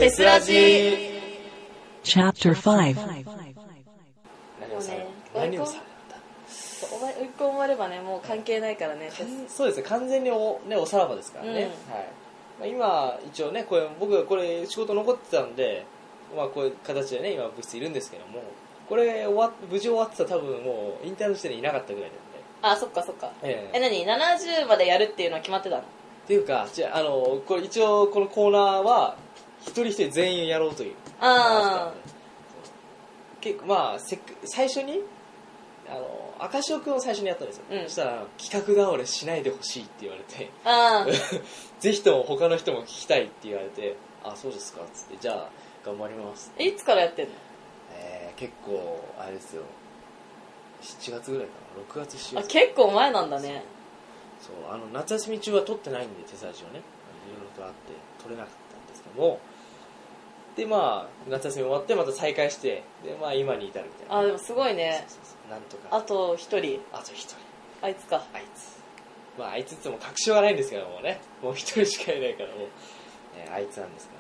テスラジー Chapter 5 何をされね何をされ追い込まればね、もう関係ないからね。 そうですね、完全におさらばですからね、はい。まあ、今一応ね、僕はこれ仕事残ってたんで、まあ、こういう形でね今部室いるんですけども、これ無事終わってたら多分もうインターンの時点でいなかったぐらいなんで。 あ、そっかそっか。 何 70までやるっていうのは決まってたの？ っていうか、じゃあこれ一応このコーナーは一人一人全員やろうというあ結構まあ最初に赤潮くんを最初にやったんですよ、そしたら企画倒れしないでほしいって言われてぜひとも他の人も聞きたいって言われて、あ、そうですかっつって、じゃあ頑張りますって。 いつからやってんの？ 結構あれですよ、7月ぐらいかな、6月7月。 あ、結構前なんだね。 そう夏休み中は撮ってないんで、手差しをねいろいろとあって撮れなかったんですけども、でまあ夏休み終わってまた再開して、でまあ今に至るみたいな。 あ、でもすごいね。 そうなんとかあと一人。 あと一人、 あいつか。 まああいつっても確証はないんですけどもね、もう一人しかいないからもう、あいつなんです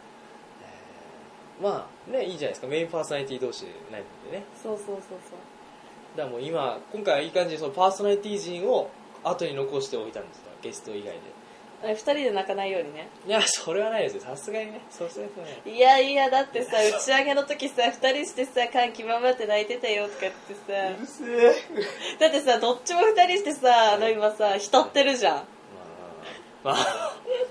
が、まあね、いいじゃないですか、メインパーソナリティ同士でないのでね。 そうそう。 だからもう今回はいい感じにそのパーソナリティ陣を後に残しておいたんですよ、ゲスト以外で。 二人で泣かないようにね。 いや、それはないですよ、さすがにね。そうですね。 いやだってさ、打ち上げの時さ、二人してさ、感極まって泣いてたよとか言ってさ、 うるせえ。 だってさ、どっちも二人してさ、今さ、浸ってるじゃん。 まあ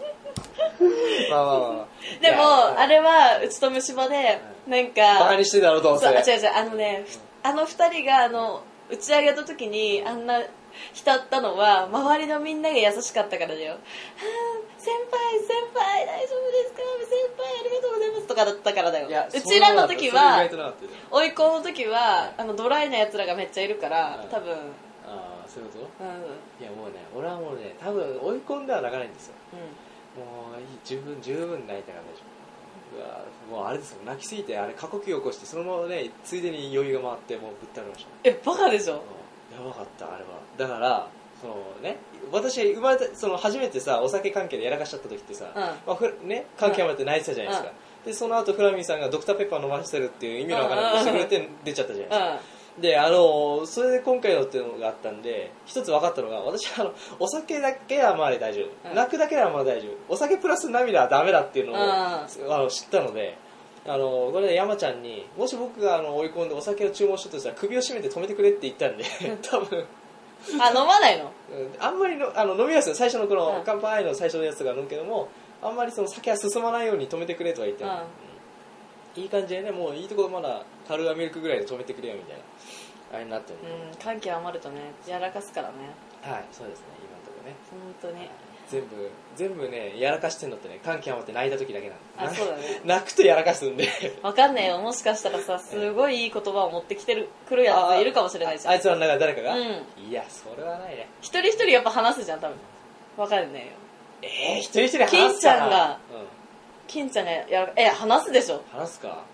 でも、あれはうちと虫歯でなんかバカにしてたろどうせ。 違うあの二人が打ち上げた時にあんな浸ったのは周りのみんなが優しかったからだよ。はあ、先輩大丈夫ですか、先輩ありがとうございますとかだったからだよ。うちらの時は追い込む時はドライなやつらがめっちゃいるから多分。 ああ、そういうこと？いやもうね、俺はもうね、多分追い込んでは泣かないんですよ。もういい、十分泣いたから大丈夫。もうあれですよ、泣きすぎてあれ過呼吸を起こして、そのままね、ついでに余裕が回ってもうぶったれました。 バカでしょ。 やばかったあれは。だから私生まれた初めてさ、お酒関係でやらかしちゃった時ってさ、まあ関係まで泣いてたじゃないですか。でその後フラミンさんがドクターペッパー飲ませてるっていう意味のわからないことしてくれて出ちゃったじゃないですか。でそれで今回のっていうのがあったんで、一つ分かったのが、私はお酒だけはまだ大丈夫、泣くだけはまだ大丈夫、お酒プラス涙はダメだっていうのを知ったので、これで山ちゃんにもし僕が追い込んでお酒を注文しようとしたら首を絞めて止めてくれって言ったんで多分飲まないの？ あんまり飲みますよ、最初のこの乾杯の最初のやつが飲むけども、あんまり酒は進まないように止めてくれとは言ってない。いい感じでね、もういいところまだカルーアミルクぐらいで止めてくれよみたいなあれになってる。 感極まるとね、やらかすからね。 はい、そうですね、今のところね。 本当に全部ね、やらかしてんのってね、感極まって泣いた時だけなんで。 そうだね。 泣くとやらかすんでわかんないよ、もしかしたらさ、すごいいい言葉を持ってきてくるやついるかもしれないじゃん。 あいつらの中で誰かが、いや、それはないね。 一人一人やっぱ話すじゃん、多分。わかるねよ。 一人一人話すかな。 金ちゃんが話すでしょ。 話すか。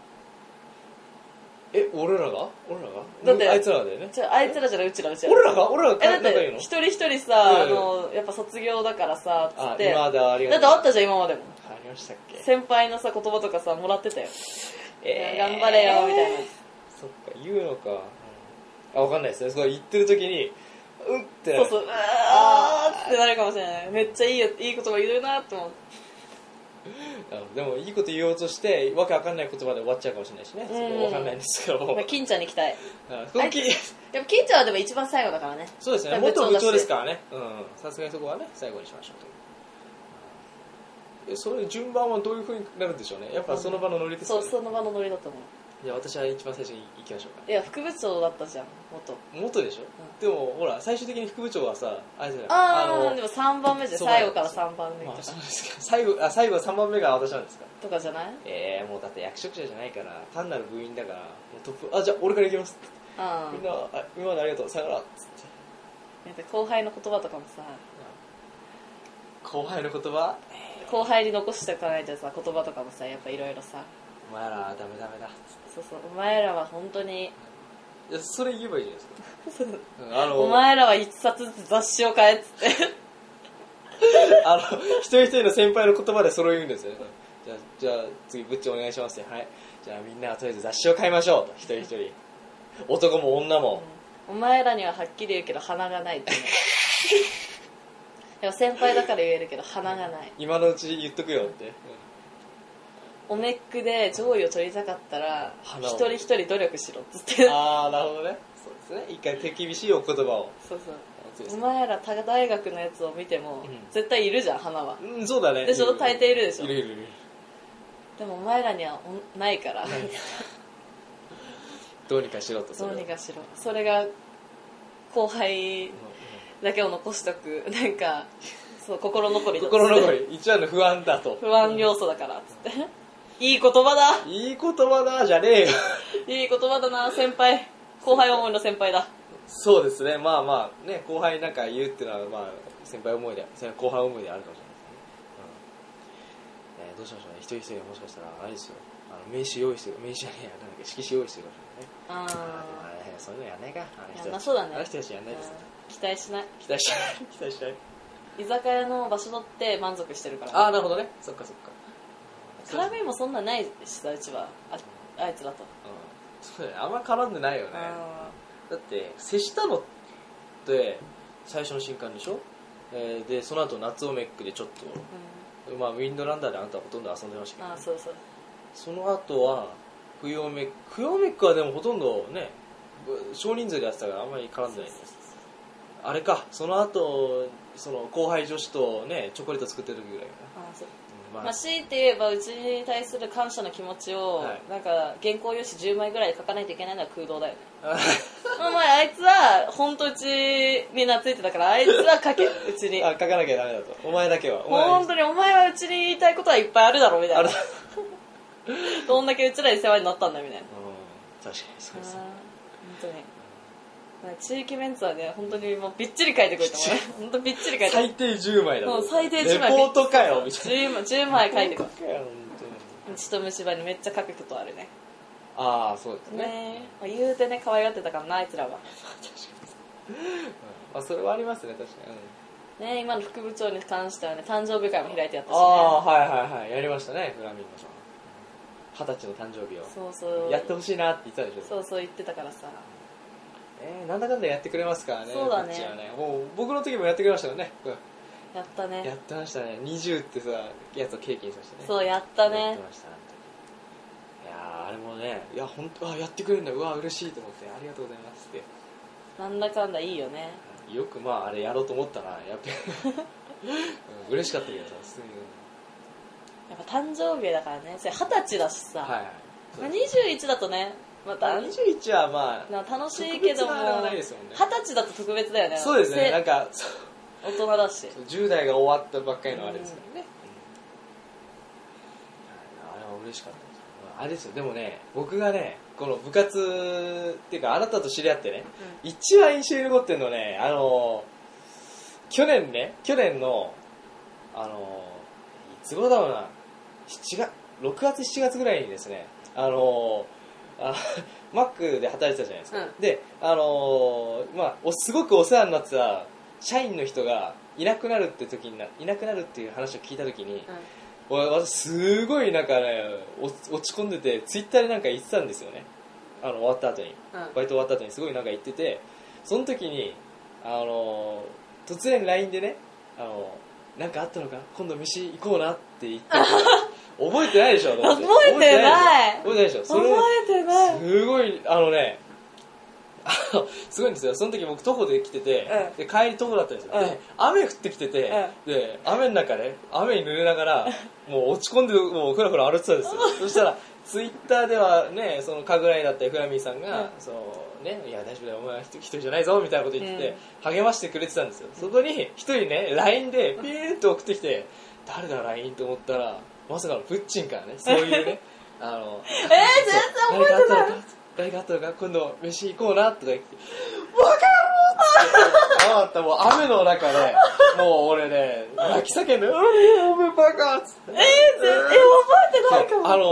俺らがだってあいつらだよね。 あいつらじゃない、うちら俺らがだって一人一人さ、やっぱ卒業だからさつって、 今までありがとう。 だってあったじゃん、今までも。 ありましたっけ。 先輩のさ言葉とかさもらってたよ。頑張れよみたいな。 そっか、言うのか。わかんないですね。そう言ってる時にってそう、あーってなるかもしれない。めっちゃいい言葉言うなって思って。 でもいいこと言おうとしてわけわかんない言葉で終わっちゃうかもしれないしね。そこわかんないんですけども。 金ちゃんに期待。 でも金ちゃんはでも一番最後だからね。 そうですね。元部長ですからね。さすがにそこはね、最後にしましょうと。それ順番はどういう風になるんでしょうね。やっぱその場のノリですよね。 そう、その場のノリだと思う。 じゃあ私は一番最初に行きましょうか。 いや、副部長だったじゃん、 元でしょ、でもほら最終的に副部長はさ、あれじゃない、でも3番目じゃん、最後から3番目とか。 そうですか。最後3番目が私なんですかとかじゃない？ もうだって役職者じゃないから、単なる部員だから、もうトップ、じゃあ俺から行きますって。みんな今までありがとう、さよならっつって。 後輩の言葉とかもさ、 後輩の言葉、 後輩に残しておかないとさ、言葉とかもさ、やっぱいろいろさ、 お前らはダメだっつって。 そう、お前らは本当に、 いや、それ言えばいいじゃないですか。 お前らは一冊ずつ雑誌を買えっつって一人一人の先輩の言葉でそれを言うんですよね。 じゃあ次ブッチお願いしますね。はい、じゃあみんなはとりあえず雑誌を買いましょうと、一人一人男も女も、 お前らにははっきり言うけど鼻がないってねでも先輩だから言えるけど鼻がない。 今のうち言っとくよって、 おめっくで上位を取りたかったら鼻を一人一人努力しろっつってああなるほどね。そうですね、一回手厳しいお言葉を。 そうそう、お前ら他大学のやつを見ても、絶対いるじゃん鼻は。 うん、そうだね。 でしょ、大抵いるでしょ。 いるいるいる。 でもお前らにはないからどうにかしろと。 どうにかしろ。それが後輩だけを残しとくなんかそう心残りだっつって、 心残り一番の不安だと、 不安要素だからっつって、いい言葉だ、 いい言葉だじゃねえよいい言葉だな、先輩後輩思いの先輩だ。 そうですね、まあまあね、後輩なんか言うっていうのは、まあ先輩思いで、後輩思いであるかもしれないですね。どうしましょうね、一人一人もしかしたらあれですよ、名刺用意してる、名刺じゃねえや、なんだっけ、色紙用意してるかもしれないね。そういうのやんないか、 やんなそうだね。 あの人たちやんないですね。 期待しない、 期待しない期待しない。 居酒屋の場所取って満足してるから、ね、 ああなるほどね、そっかそっか。 絡みもそんなないしさ、うちは あいつらと、 そうだね、あんま絡んでないよね。だって接したのって最初の新刊でしょ、でその後夏オメックでちょっと、まあウィンドランダーであなたはほとんど遊んでましたけど、ね、 そうそう、 その後は冬オメックはでもほとんどね少人数でやってたからあんまり絡んでないんです。あれか、その後その後輩女子とねチョコレート作ってる時ぐらいかな。 そう、まあ、強いて言えばうちに対する感謝の気持ちを、はい、なんか原稿用紙10枚ぐらい書かないといけないのは空洞だよねお前あいつは本当うちに懐いてたからあいつは書けうちに書かなきゃダメだと、お前だけは本当にお前はうちに言いたいことはいっぱいあるだろうみたいなどんだけうちらに世話になったんだみたいな、 確かにそうですね、 本当に地域メンツはね、本当にもうびっちり書いてくれたもんね。本当びっちり書いて最低10枚だと。 最低10枚。 レポートかよみたいな。 10枚書いてくる。 本当に。血と虫歯にめっちゃ書くことあるね。 ああ、そうですね。 まあ、言うてね、可愛がってたからな、あいつらは。確かに。まあ、それはありますね、確かに。 ね、今の副部長に関してはね、誕生日会も開いてやったしね。 ああ、はいはいはい。やりましたね、フラミンゴさん。20歳の誕生日を。 そうそう。 やってほしいなって言ってたでしょ。 そうそう言ってたからさ。 なんだかんだやってくれますからね。 そうだね。 こっちはね、もう僕の時もやってくれましたよね。 やったね。 やってましたね。20ってさ、やつをケーキにさせてね。 そう、やったね。 やってました。いやあれもね、いや、ほんと、やってくれるんだ、うわ、嬉しいと思って、ありがとうございますって。 なんだかんだいいよね。 よくまあ、あれやろうと思ったな、やっぱり。嬉しかったけどさ、普通に。 やっぱ誕生日だからね、それ20歳だしさ。 はいはい。 まあ、21だとね、また 21はまあ楽しいけども、20歳だと特別だよね。 そうですね、なんか大人だし 10代が終わったばっかりのあれですからね、あれは嬉しかったです。あれですよ、でもね、僕がねこの部活っていうかあなたと知り合ってね、一番印象に残ってるのね、去年のいつ頃だろうな、6月7月ぐらいにですね、マックで働いてたじゃないですか、で、まあ、すごくお世話になってた社員の人がいなくなるっていう話を聞いた時に、私すごいなんかね落ち込んでて、ツイッターでなんか言ってたんですよね、終わった後に、バイト終わった後にすごいなんか言ってて、その時に突然 LINE でね、なんかあったのか、今度飯行こうなって言って覚えてないでしょ。 覚えてないでしょ。 覚えてない。 すごいすごいんですよ。その時僕徒歩で来てて、で帰り徒歩だったんですよ。で雨降ってきてて、で雨の中ね、雨に濡れながらもう落ち込んでもうふらふら歩いてたんですよ。そしたらツイッターではね、そのかぐらいだったフラミーさんが、そのね、いや大丈夫だよ、お前は一人じゃないぞみたいなこと言ってて、励ましてくれてたんですよ。そこに一人ね LINE でピーンと送ってきて、誰だ LINE と思ったら、まさかのプッチンからね、そういうね全然覚えてない。 誰かあったのか、今度飯行こうなとか言って、バカ野郎ってもう雨の中でもう俺ね泣き叫んで、お前バカっつって、 覚えてないかも。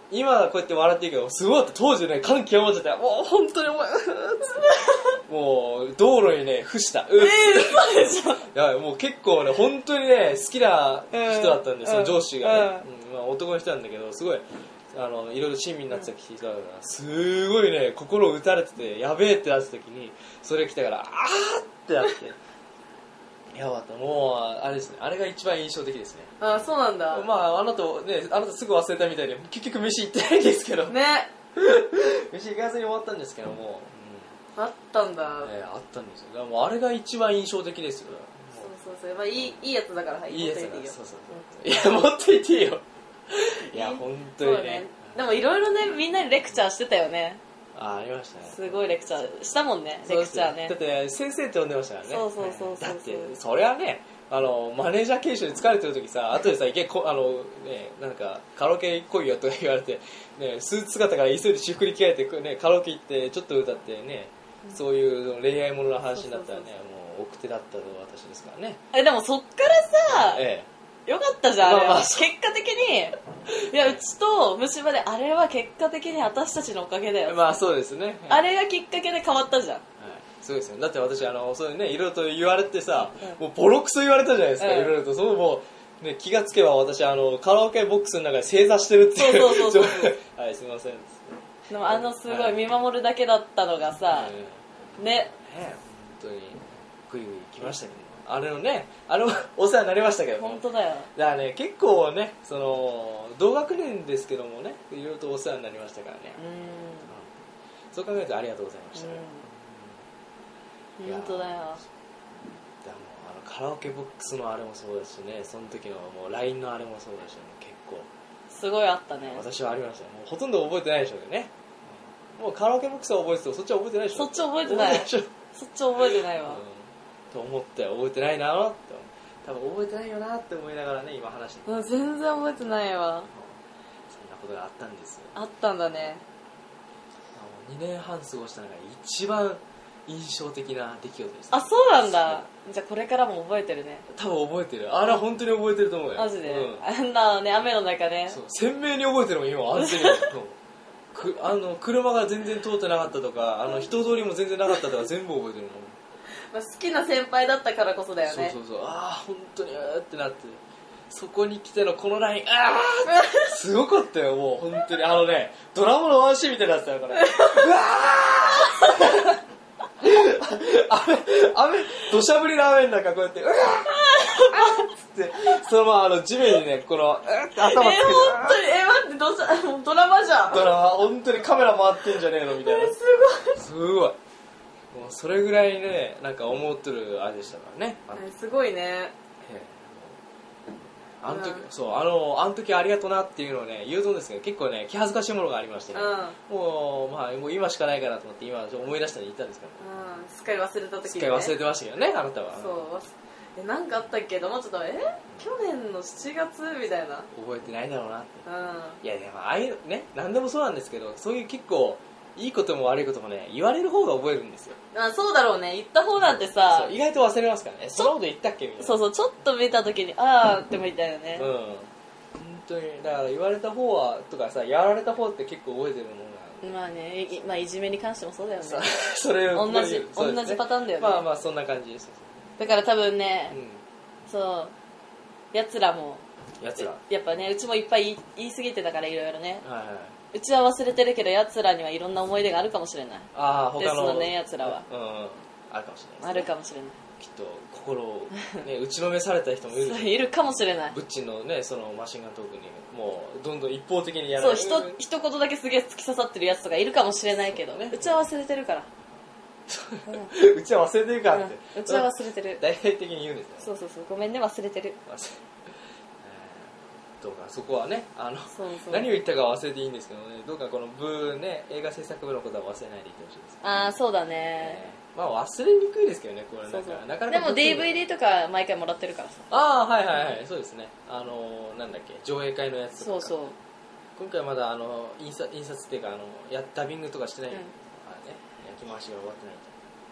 今こうやって笑ってるけどすごかった。当時ね感極まっちゃってもう本当にお前もう道路にね伏したそうでしょ。 やばいもう結構ね本当にね好きな人だったんで、その上司がね、まあ、男の人なんだけどすごいいろいろ親身になってた人だからすごいね心を打たれててやべえってなった時にそれ来たからあーってなってやばかった。もうあれですね、あれが一番印象的ですね。 あ、そうなんだ。 まああなたすぐ忘れたみたいで結局飯行ってないんですけどね飯行かずに終わったんですけども、 あったんだ。 あったんですよ。だからもうあれが一番印象的ですよ。 そう、まあいいやつだから、はい、 いいやつだから。 持っていていいよ。 いや持っていていいよいや本当にね。 でもいろいろねみんなにレクチャーしてたよね。 ありましたね。 すごいレクチャーしたもんね。レクチャーね。 だって先生って呼んでましたからね。 そうだってそれはねマネージャー研修で疲れてる時さ後でさねなんかカラオケ来いよとか言われてねスーツ姿から急いで私服に着替えてねカラオケ行ってちょっと歌ってね、そういう恋愛ものの話になったらねもう奥手だったの私ですからね。 でもそっからさ、よかったじゃん、 まあ結果的にいやうちと虫歯であれは結果的に私たちのおかげだよ。 まあそうですね、 あれがきっかけで変わったじゃん。 そうですよ。だって私そういうねいろいろと言われてさ、もうボロクソ言われたじゃないですか、いろいろと。そのもうね気がつけば私カラオケボックスの中で正座してるっていう。そうはいすみません。 でもすごい見守るだけだったのがさ、ね本当にグイグイ来ましたけど。お世話になりましたけど本当だよ。 だからね結構ね同学年ですけどもねいろいろとお世話になりましたからね。そう考えるとありがとうございました。 本当だよ。 カラオケボックスのあれもそうだしね、その時のもう LINE のあれもそうだし、結構すごいあったね。 私はありました。もうほとんど覚えてないでしょうね。もうカラオケボックスは覚えててもそっちは覚えてないでしょ。 そっち覚えてない。そっち覚えてないわ。 と思って覚えてないなって多分覚えてないよなって思いながらね今話して全然覚えてないわ。 そんなことがあったんですよ。 あったんだね。 2年半過ごしたのが一番印象的な出来事です。 あ、そうなんだ。じゃあこれからも覚えてるね。 多分覚えてる。あれは本当に覚えてると思うよ。 マジで、あんなね雨の中ね。 そう鮮明に覚えてるもん今安静に車が全然通ってなかったとか人通りも全然なかったとか全部覚えてるもん。 好きな先輩だったからこそだよね。 そうああ本当にってなってそこに来てのこのラインすごかったよもう本当にドラマのワンシーンみたいになってたよこれ雨土砂降りの雨の中こうやってつってそのまま地面にねこの頭つけて本当に待ってドラマじゃん。 ドラマ本当にカメラ回ってんじゃねえのみたいな。すごいもうそれぐらいねなんか思ってるあれでしたからね。 すごいね。 あの時ありがとなっていうのをね言うとんですけど結構ね気恥ずかしいものがありましてね、もう今しかないかなと思って今思い出したのに言ったんですけど、 すっかり忘れた時にね。 すっかり忘れてましたけどねあなたは。 そうなんかあったっけどもちょっと去年の7月みたいな覚えてないだろうなって、いやでもああいうね何でもそうなんですけどそういう結構いいことも悪いこともね言われる方が覚えるんですよ。 そうだろうね。言った方なんてさ意外と忘れますからね。そのこと言ったっけみたいな。 そうちょっと見た時にあーってみたいなね。 本当にだから言われた方はとかさやられた方って結構覚えてるものがまあねいじめに関してもそうだよね。 それ同じパターンだよね。 まあそんな感じです。 だから多分ね、そうやつらもやっぱねうちもいっぱい言い過ぎてたからいろいろね、うちは忘れてるけどやつらにはいろんな思い出があるかもしれない。他のねやつらは、 あるかもしれないですね。 あるかもしれない。 きっと心を、打ちのめされた人もいるいるかもしれない。 ブッチのねそのマシンガントークにもうどんどん一方的にやられる一言だけすげえ突き刺さってるやつとかいるかもしれないけど、うちは忘れてるからうちは忘れてるからって、 うちは忘れてる。 大々的に言うんですね。 そうごめんね忘れてる。 どうかそこはね何を言ったか忘れていいんですけどねどうかこの映画制作部のことは忘れないでいてほしいです。 そうだね、 まあ忘れにくいですけどねこれなかなかでも DVD とか毎回もらってるからさ。 はいそうですね。なんだっけ上映会のやつとか。 そう今回まだ印刷っていうかダビングとかしてないからね、焼き回しが終わってない。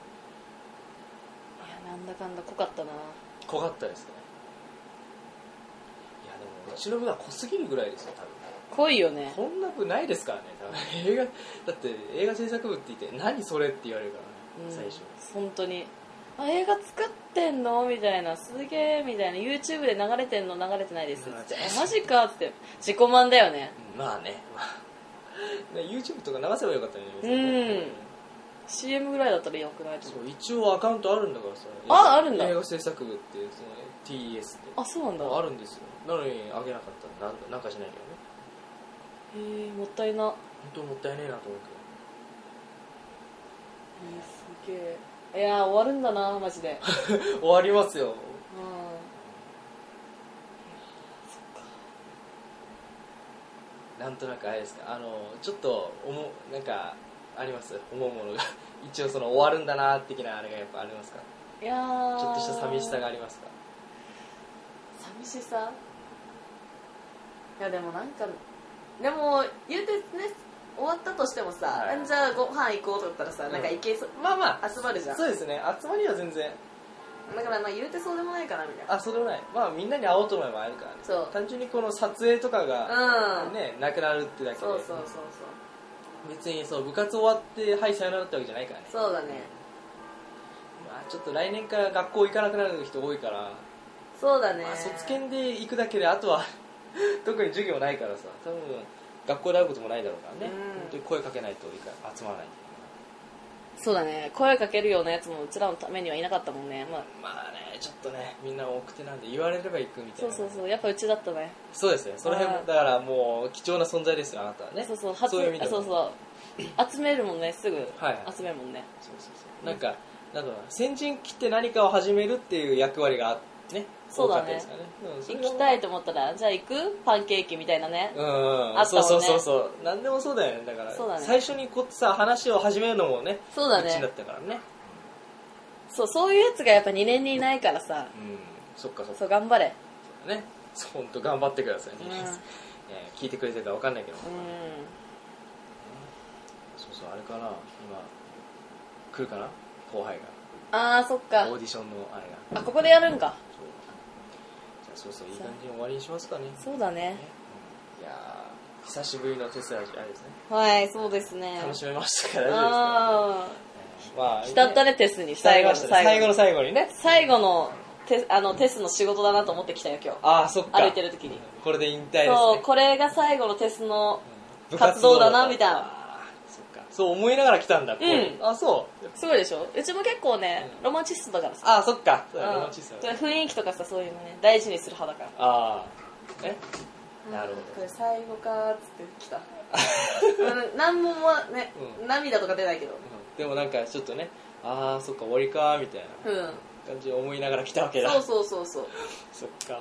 いやなんだかんだ濃かったな。 濃かったですね。いやでもうちの部は濃すぎるぐらいですよ多分。 濃いよね。 こんな部ないですからね多分だって映画制作部って言って何それって言われるからね、最初本当に映画作ってんのみたいな、すげえみたいな、 YouTube で流れてんの、流れてないですってマジかって自己満だよね。 まあねYouTube とか流せばよかったね。 CM ぐらいだったらよくないと思う。 そう一応アカウントあるんだからさ。 あるんだ。 映画制作部っていうその、ね、TES で。 あ、そうなんだ。 あるんですよ。なのにあげなかったらなんかしないけどね。 もったいな。 本当もったいねえなと思うけど。すげえ。いや終わるんだなマジで。 終わりますよ。なんとなくあれですか、ちょっとなんかあります思うものが一応その終わるんだな的なあれがやっぱありますか。 いやーちょっとした寂しさがありますか。 寂しさ、いやでもなんかでも言うてね、終わったとしてもさ、 はい、 じゃあご飯行こうとかだったらさ、なんか行けそう、 まあまあ集まるじゃん。 そうですね、集まりは全然だからまあ言うてそうでもないかなみたいな。 そうでもない。まあみんなに会おうと思えば会えるからね。 そう単純にこの撮影とかがね、なくなるってだけで、 そう別にそう部活終わってはいさよならってわけじゃないからね。 そうだね。 まあちょっと来年から学校行かなくなる人多いから、 そうだね、 まあ、卒検で行くだけであとは特に授業ないからさ、多分学校で会うこともないだろうからね、本当に声かけないと集まらない。 そうだね、声かけるようなやつもうちらのためにはいなかったもんね。 まあね、ちょっとね、みんな奥手なんで言われれば行くみたいな。 そうやっぱうちだったね。 そうですね、その辺もだからもう貴重な存在ですよ、あなたはね。そういう意味でも集めるもんね、すぐ集めるもんね。 そうなんか先陣切って何かを始めるっていう役割がね、 そうだね。行きたいと思ったらじゃあ行くパンケーキみたいなね。あったもんね。 そう何でもそうだよね。だから最初にこうさ話を始めるのもね、 そうだね。 うちだったからね。 そういうやつがやっぱ2年にいないからさ。 そっか。 そう頑張れ。 そうだね。本当頑張ってくださいね。聞いてくれてるかわかんないけど。そうあれかな、今来るかな、後輩が。 そっか。 オーディションのあれが。 ここでやるんか。 じゃあそういい感じに終わりにしますかね。 そうだね。 いや久しぶりのテスラジあれですね。 はい、そうですね。 楽しめましたから大丈夫ですか。まあ浸ったね、テスに。 最後の最後にね。 最後のテスの仕事だなと思ってきたよ今日。 そっか。 歩いてる時に。 これで引退ですね。 そう、これが最後のテスの活動だなみたいな。 そう思いながら来たんだ。そうすごいでしょ。うちも結構ね、ロマンチストだからさ。 そっか。ロマンチスト。 雰囲気とかさ、そういうのね大事にする派だから。 なるほど。 これ最後かーっつって来た。何もね、涙とか出ないけど。 でもなんかちょっとね、そっか終わりかーみたいな感じで思いながら来たわけだ。 そう。そっか。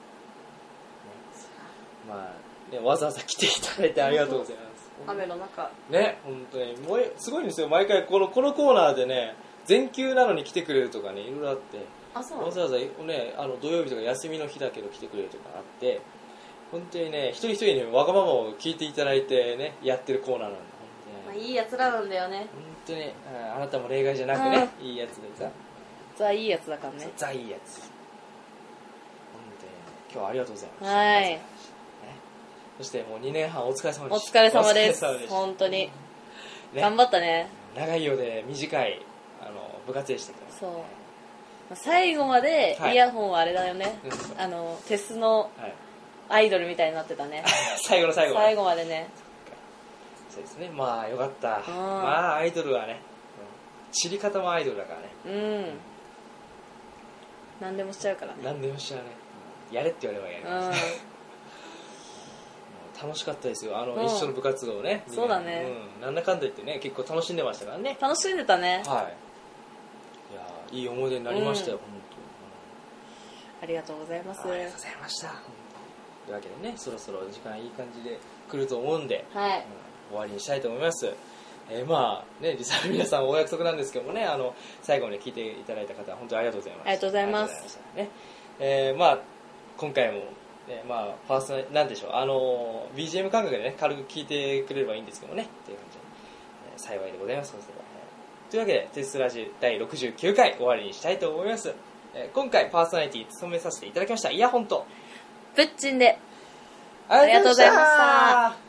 まあね、わざわざ来ていただいてありがとうございます。 雨の中ね、本当にすごいんですよ。毎回このコーナーでね、全休なのに来てくれるとかね、いろいろあって、わざわざね、土曜日とか休みの日だけど来てくれるとかあって、本当にね、一人一人にわがままを聞いていただいてね、やってるコーナーなんで、 いいやつらなんだよね。 本当にあなたも例外じゃなくね、いいやつでさ、 ザいいやつだからね。 ザいいやつ。本当に今日はありがとうございました。 はい。 そしてもう2年半お疲れ様でした。 お疲れ様です。本当に、頑張ったね。 長いようで短い部活でしたけど。 そう。最後までイヤホンはあれだよね。テスのアイドルみたいになってたね。 最後の最後。 最後までね。 そうですね。まあよかった。まあアイドルはね、散り方もアイドルだからね。何でもしちゃうからね。何でもしちゃうね。やれって言われればやります。楽しかったですよ、一緒の部活動ね。 そうだね。 なんだかんだ言ってね、結構楽しんでましたからね。 楽しんでたね。 はい。いやいい思い出になりましたよ、本当。ありがとうございます。 ありがとうございました。というわけでね、そろそろ時間いい感じで来ると思うんで、終わりにしたいと思います。まあね、リサの皆さんお約束なんですけどもね、最後まで聞いていただいた方は本当にありがとうございます。 ありがとうございます。 まあ今回もまあパーソナルなんでしょう、BGM 感覚でね軽く聞いてくれればいいんですけどもねっていう感じで、幸いでございます。というわけでテスラジ第69回終わりにしたいと思います。今回パーソナリティ務めさせていただきましたイヤホンとプッチンでありがとうございました。